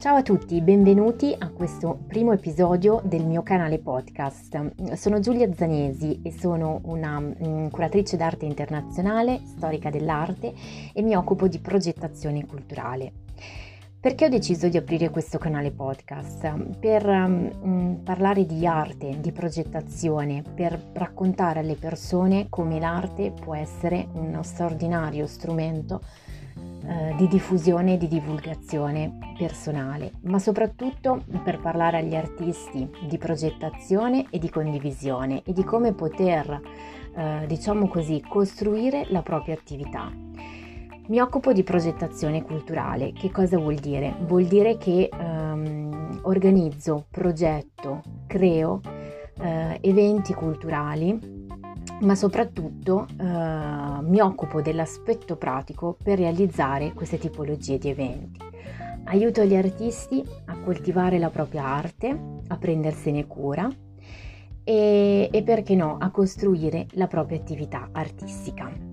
Ciao a tutti, benvenuti a questo primo episodio del mio canale podcast. Sono Giulia Zaniesi e sono una curatrice d'arte internazionale, storica dell'arte e mi occupo di progettazione culturale. Perché ho deciso di aprire questo canale podcast? Per parlare di arte, di progettazione, per raccontare alle persone come l'arte può essere uno straordinario strumento di diffusione e di divulgazione personale, ma soprattutto per parlare agli artisti di progettazione e di condivisione e di come poter, costruire la propria attività. Mi occupo di progettazione culturale. Che cosa vuol dire? Vuol dire che organizzo, progetto, creo eventi culturali, ma soprattutto mi occupo dell'aspetto pratico per realizzare queste tipologie di eventi. Aiuto gli artisti a coltivare la propria arte, a prendersene cura e perché no, a costruire la propria attività artistica.